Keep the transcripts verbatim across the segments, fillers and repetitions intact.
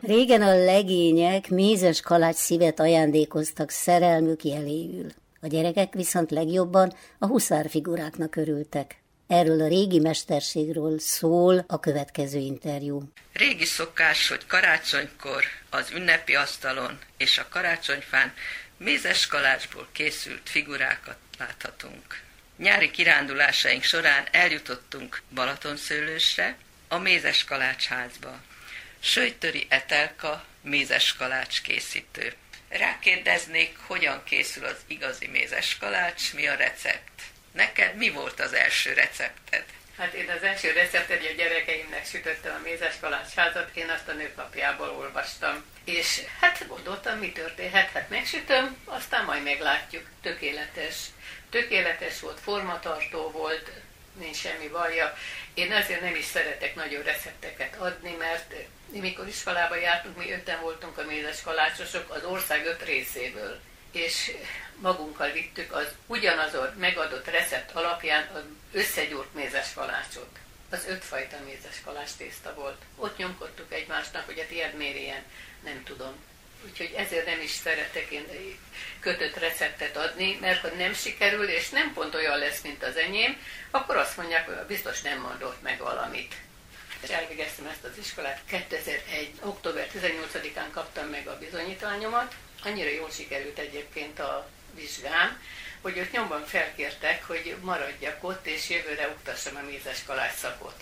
Régen a legények mézes kalács szívet ajándékoztak szerelmük jeléül. A gyerekek viszont legjobban a huszárfiguráknak örültek. Erről a régi mesterségről szól a következő interjú. Régi szokás, hogy karácsonykor az ünnepi asztalon és a karácsonyfán mézes kalácsból készült figurákat láthatunk. Nyári kirándulásaink során eljutottunk Balatonszőlősre, a mézes kalácsházba. Söjtöri Etelka, mézes kalács készítő. Rákérdeznék, hogyan készül az igazi mézes kalács, mi a recept? Neked mi volt az első recepted? Hát én az első receptet a gyerekeimnek sütöttem a mézes kalácsházat, én azt a nőklapjából olvastam. És hát gondoltam, mi történhet, hát megsütöm, aztán majd meglátjuk. Tökéletes. Tökéletes volt, formatartó volt, nincs semmi baja. Én azért nem is szeretek nagyon recepteket adni, mert mikor iskolába jártunk, mi öten voltunk a mézes kalácsosok az ország öt részéből. És magunkkal vittük az ugyanazon megadott recept alapján az összegyúrt mézes kalácsot. Az ötfajta mézes kalács tészta volt. Ott nyomkodtuk egymásnak, hogy hát ilyen mérjen, nem tudom. Úgyhogy ezért nem is szeretek én kötött receptet adni, mert ha nem sikerül, és nem pont olyan lesz, mint az enyém, akkor azt mondják, hogy biztos nem mondott meg valamit. És elvégeztem ezt az iskolát. kétezer-egy. október tizennyolcadikán kaptam meg a bizonyítványomat. Annyira jól sikerült egyébként a vizsgám, hogy ott nyomban felkértek, hogy maradjak ott, és jövőre oktassam a mézes kalács szakot.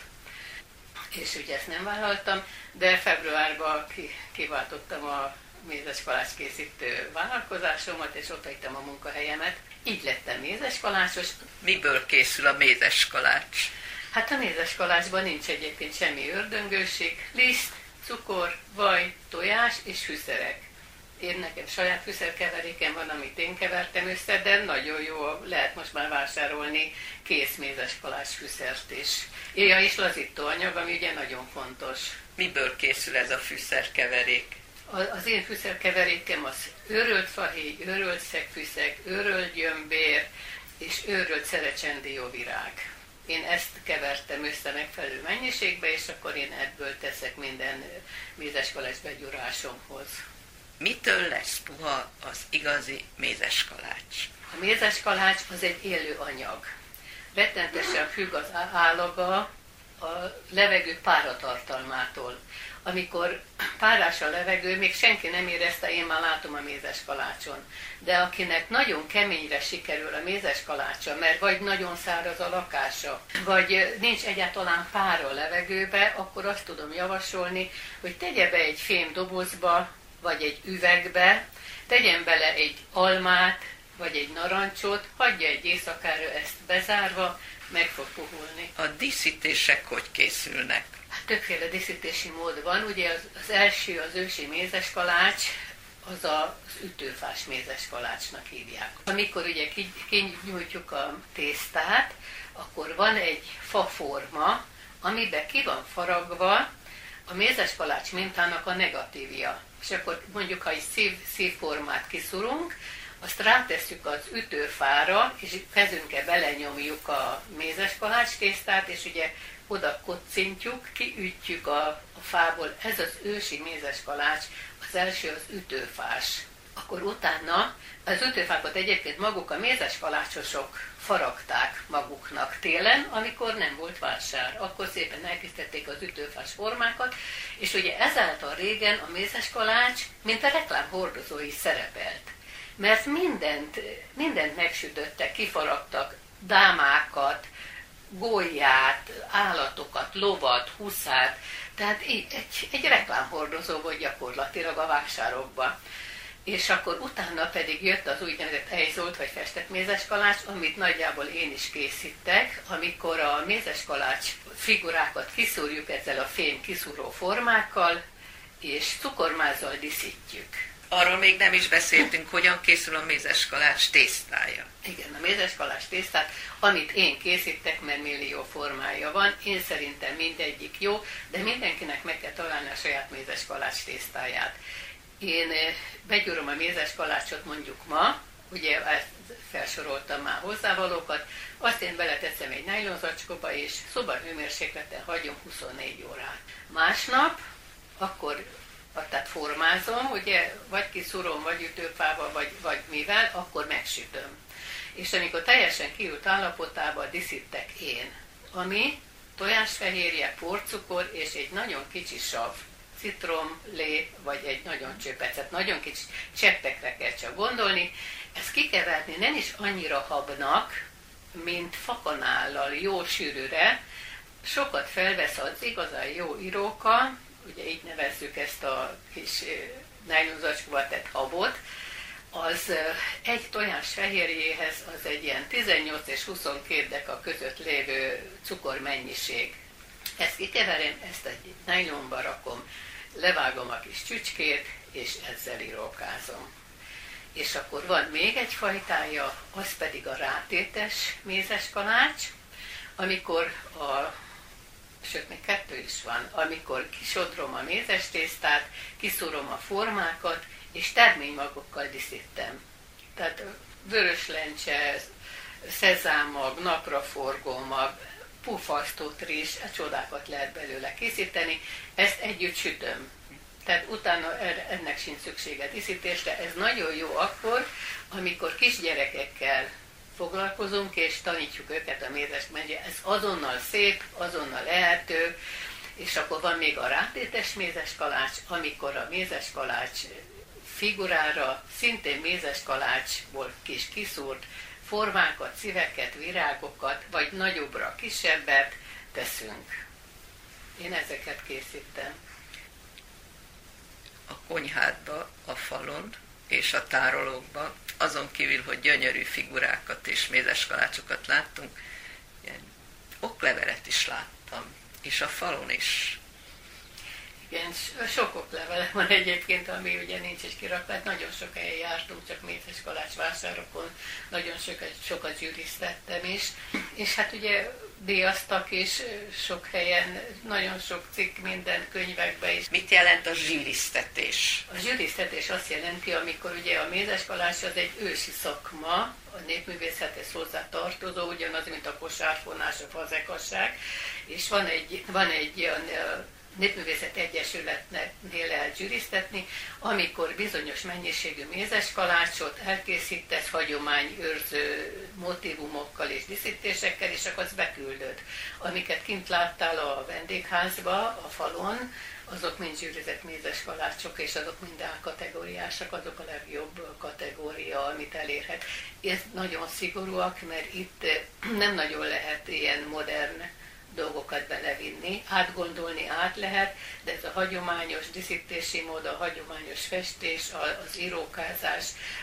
És ugye ezt nem vállaltam, de februárban kiváltottam a mézes kalács készítő vállalkozásomat, és ott hagytam a munkahelyemet. Így lettem mézes kalácsos. Miből készül a mézes kalács? Hát a mézes kalácsban nincs egyébként semmi ördöngőség, liszt, cukor, vaj, tojás és fűszerek. Én nekem saját fűszerkeverékem van, amit én kevertem össze, de nagyon jó, lehet most már vásárolni kész mézes kalács fűszert is. Ja, és lazítóanyag, ami ugye nagyon fontos. Miből készül ez a fűszerkeverék? Az én fűszerkeverékem az őrölt fahéj, őrölt szegfűszeg, őrölt gyömbér és őrölt szerecsendióvirág. Én ezt kevertem össze megfelelő mennyiségbe, és akkor én ebből teszek minden mézes kalács begyúrásomhoz. Mitől lesz puha az igazi mézes kalács? A mézes kalács az egy élő anyag. Rettenetesen függ az állaga a levegő páratartalmától. Amikor párás a levegő, még senki nem érezte, én már látom a mézes kalácson. De akinek nagyon keményre sikerül a mézes kalácsa, mert vagy nagyon száraz a lakása, vagy nincs egyáltalán pár a levegőbe, akkor azt tudom javasolni, hogy tegye be egy fém dobozba, vagy egy üvegbe, tegyen bele egy almát, vagy egy narancsot, hagyja egy éjszakára ezt bezárva, meg fog puhulni. A díszítések hogy készülnek? Hát többféle díszítési mód van. Ugye az, az első, az ősi mézes kalács, az a, az ütőfás mézes kalácsnak hívják. Amikor ugye kinyújtjuk a tésztát, akkor van egy faforma, amiben ki van faragva a mézes kalács mintának a negatívja. És akkor mondjuk, ha egy szív, szívformát kiszurunk, azt rátesszük az ütőfára, és kezünkkel belenyomjuk a mézes kalács tésztát, és ugye oda kocintjuk, kiütjük a, a fából. Ez az ősi mézes kalács, az első az ütőfás. Akkor utána az ütőfákat egyébként maguk a mézes kalácsosok faragták maguknak télen, amikor nem volt vásár. Akkor szépen elkészítették az ütőfás formákat, és ugye ezáltal régen a mézes kalács, mint a reklám hordozói szerepelt. Mert mindent, mindent megsütöttek, kifaragtak, dámákat, gólyát, állatokat, lovat, huszát, tehát egy, egy, egy reklámhordozó volt gyakorlatilag a vásárokban. És akkor utána pedig jött az úgynevezett ejzolt vagy festett mézes kalács, amit nagyjából én is készítek, amikor a mézes kalács figurákat kiszúrjuk ezzel a fém kiszúró formákkal, és cukormázzal díszítjük. Arról még nem is beszéltünk, hogyan készül a mézes kalács tésztája. Igen, a mézes kalács tésztát, amit én készítek, mert millió formája van, én szerintem mindegyik jó, de mindenkinek meg kell találni a saját mézes kalács tésztáját. Én begyúrom a mézes kalácsot mondjuk ma, ugye felsoroltam már hozzávalókat, azt én beleteszem egy nájlonzacskóba, és szobahőmérsékleten hagyom huszonnégy órát. Másnap, akkor tehát formázom, ugye, vagy kiszúrom, vagy ütőfával, vagy, vagy mivel, akkor megsütöm. És amikor teljesen kiült állapotában diszítek én, ami tojásfehérje, porcukor és egy nagyon kicsi sav, citromlé, vagy egy nagyon csöpecet, nagyon kicsi cseppekre kell csak gondolni. Ezt kikeverni nem is annyira habnak, mint fakanállal, jó sűrűre. Sokat felvesz az igazán jó iróka, ugye így nevezzük ezt a kis nájlonzacskóba tett habot, az egy tojás fehérjéhez az egy ilyen tizennyolc és huszonkét deka között lévő cukormennyiség. Ezt kikeverem, ezt egy nájlonba rakom, levágom a kis csücskét, és ezzel irókázom. És akkor van még egy fajtája, az pedig a rátétes mézes kalács, amikor a, sőt még kettő is van, amikor kisodrom a mézes tésztát, kiszúrom a formákat, és terménymagokkal diszítem. Tehát vörös lencse, szezámmag, napraforgómag, pufasztott rizs, csodákat lehet belőle készíteni, ezt együtt sütöm. Tehát utána ennek sincs szüksége díszítésre. Ez nagyon jó akkor, amikor kisgyerekekkel foglalkozunk, és tanítjuk őket a mézes mennyire. Ez azonnal szép, azonnal lehető, és akkor van még a rátétes mézes kalács, amikor a mézes kalács figurára szintén mézes kalácsból kis kiszúrt formákat, szíveket, virágokat, vagy nagyobbra, kisebbet teszünk. Én ezeket készítem. A konyhádba, a falon és a tárolókban, azon kívül, hogy gyönyörű figurákat és mézes kalácsokat láttunk, ilyen oklevelet is láttam, és a falon is. Igen, sok oklevele van egyébként, ami ugye nincs is kirakva, nagyon sok helyen jártunk, csak mézes kalács vásárokon, nagyon sokat, sokat zsűriztettem is, és hát ugye díjaztak is sok helyen, nagyon sok cikk minden könyvekben is. Mit jelent a zsűriztetés? A zsűriztetés azt jelenti, amikor ugye a mézes kalács az egy ősi szakma, a népművészethez hozzá tartozó, ugyanaz, mint a kosárfonás, a fazekasság, és van egy, van egy olyan Népművészet Egyesületnél lehet zsűriztetni, amikor bizonyos mennyiségű mézes kalácsot elkészítesz hagyományőrző motivumokkal és díszítésekkel, és akkor azt beküldöd. Amiket kint láttál a vendégházba, a falon, azok mind zsűrizett mézes kalácsok, és azok mind A-kategóriásak, azok a legjobb kategória, amit elérhet. Ez nagyon szigorúak, mert itt nem nagyon lehet ilyen modern dolgokat belevinni, átgondolni át lehet, de ez a hagyományos díszítési mód, a hagyományos festés, az írókázás,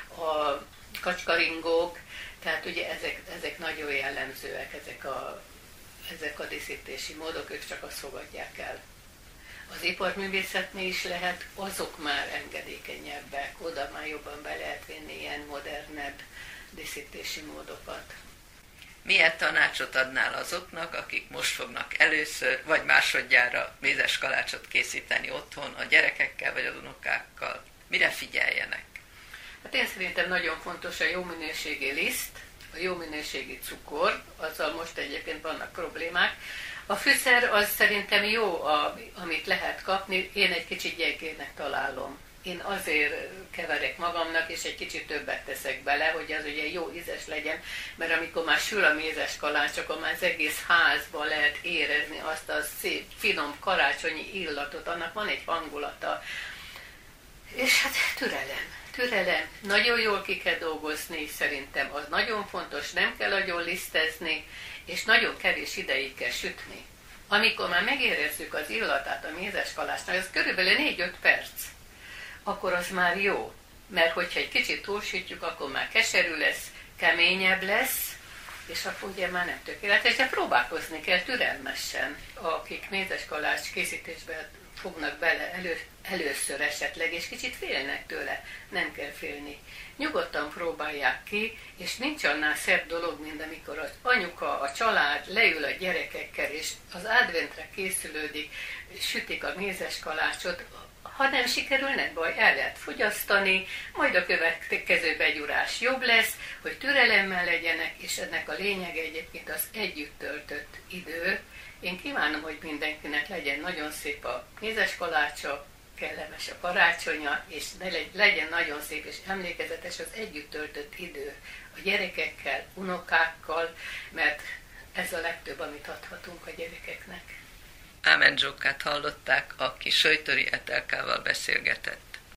a kacskaringók, tehát ugye ezek, ezek nagyon jellemzőek, ezek a, ezek a díszítési módok, ők csak azt fogadják el. Az iparművészetnél is lehet, azok már engedékenyebbek, oda már jobban be lehet vinni ilyen modernebb díszítési módokat. Milyen tanácsot adnál azoknak, akik most fognak először, vagy másodjára mézes kalácsot készíteni otthon a gyerekekkel, vagy az unokákkal? Mire figyeljenek? Hát én szerintem nagyon fontos a jó minőségi liszt, a jó minőségi cukor, azzal most egyébként vannak problémák. A fűszer az szerintem jó, a, amit lehet kapni, én egy kicsit gyengének találom. Én azért keverek magamnak, és egy kicsit többet teszek bele, hogy az ugye jó ízes legyen, mert amikor már sül a mézes kalács, akkor már az egész házban lehet érezni azt a szép, finom karácsonyi illatot, annak van egy hangulata. És hát türelem, türelem, nagyon jól ki kell dolgozni, szerintem az nagyon fontos, nem kell nagyon lisztezni, és nagyon kevés ideig kell sütni. Amikor már megérezzük az illatát a mézes kalácsnak, ez körülbelül négy-öt perc. Akkor az már jó, mert hogyha egy kicsit túlsütjük, akkor már keserű lesz, keményebb lesz, és akkor ugye már nem tökéletes, de próbálkozni kell türelmesen, akik mézes kalács készítésben fognak bele elő, először esetleg, és kicsit félnek tőle, nem kell félni. Nyugodtan próbálják ki, és nincs annál szebb dolog, mint amikor az anyuka, a család leül a gyerekekkel, és az adventre készülődik, sütik a mézes kalácsot. Ha nem sikerül, nem baj, el lehet fogyasztani, majd a következő begyúrás jobb lesz, hogy türelemmel legyenek, és ennek a lényege egyébként az együtt töltött idő. Én kívánom, hogy mindenkinek legyen nagyon szép a mézes kalácsa, kellemes a karácsonya, és ne legyen nagyon szép és emlékezetes az együtt töltött idő a gyerekekkel, unokákkal, mert ez a legtöbb, amit adhatunk a gyerekeknek. Ámen Zsókát hallották, aki Söjtöri Etelkával beszélgetett.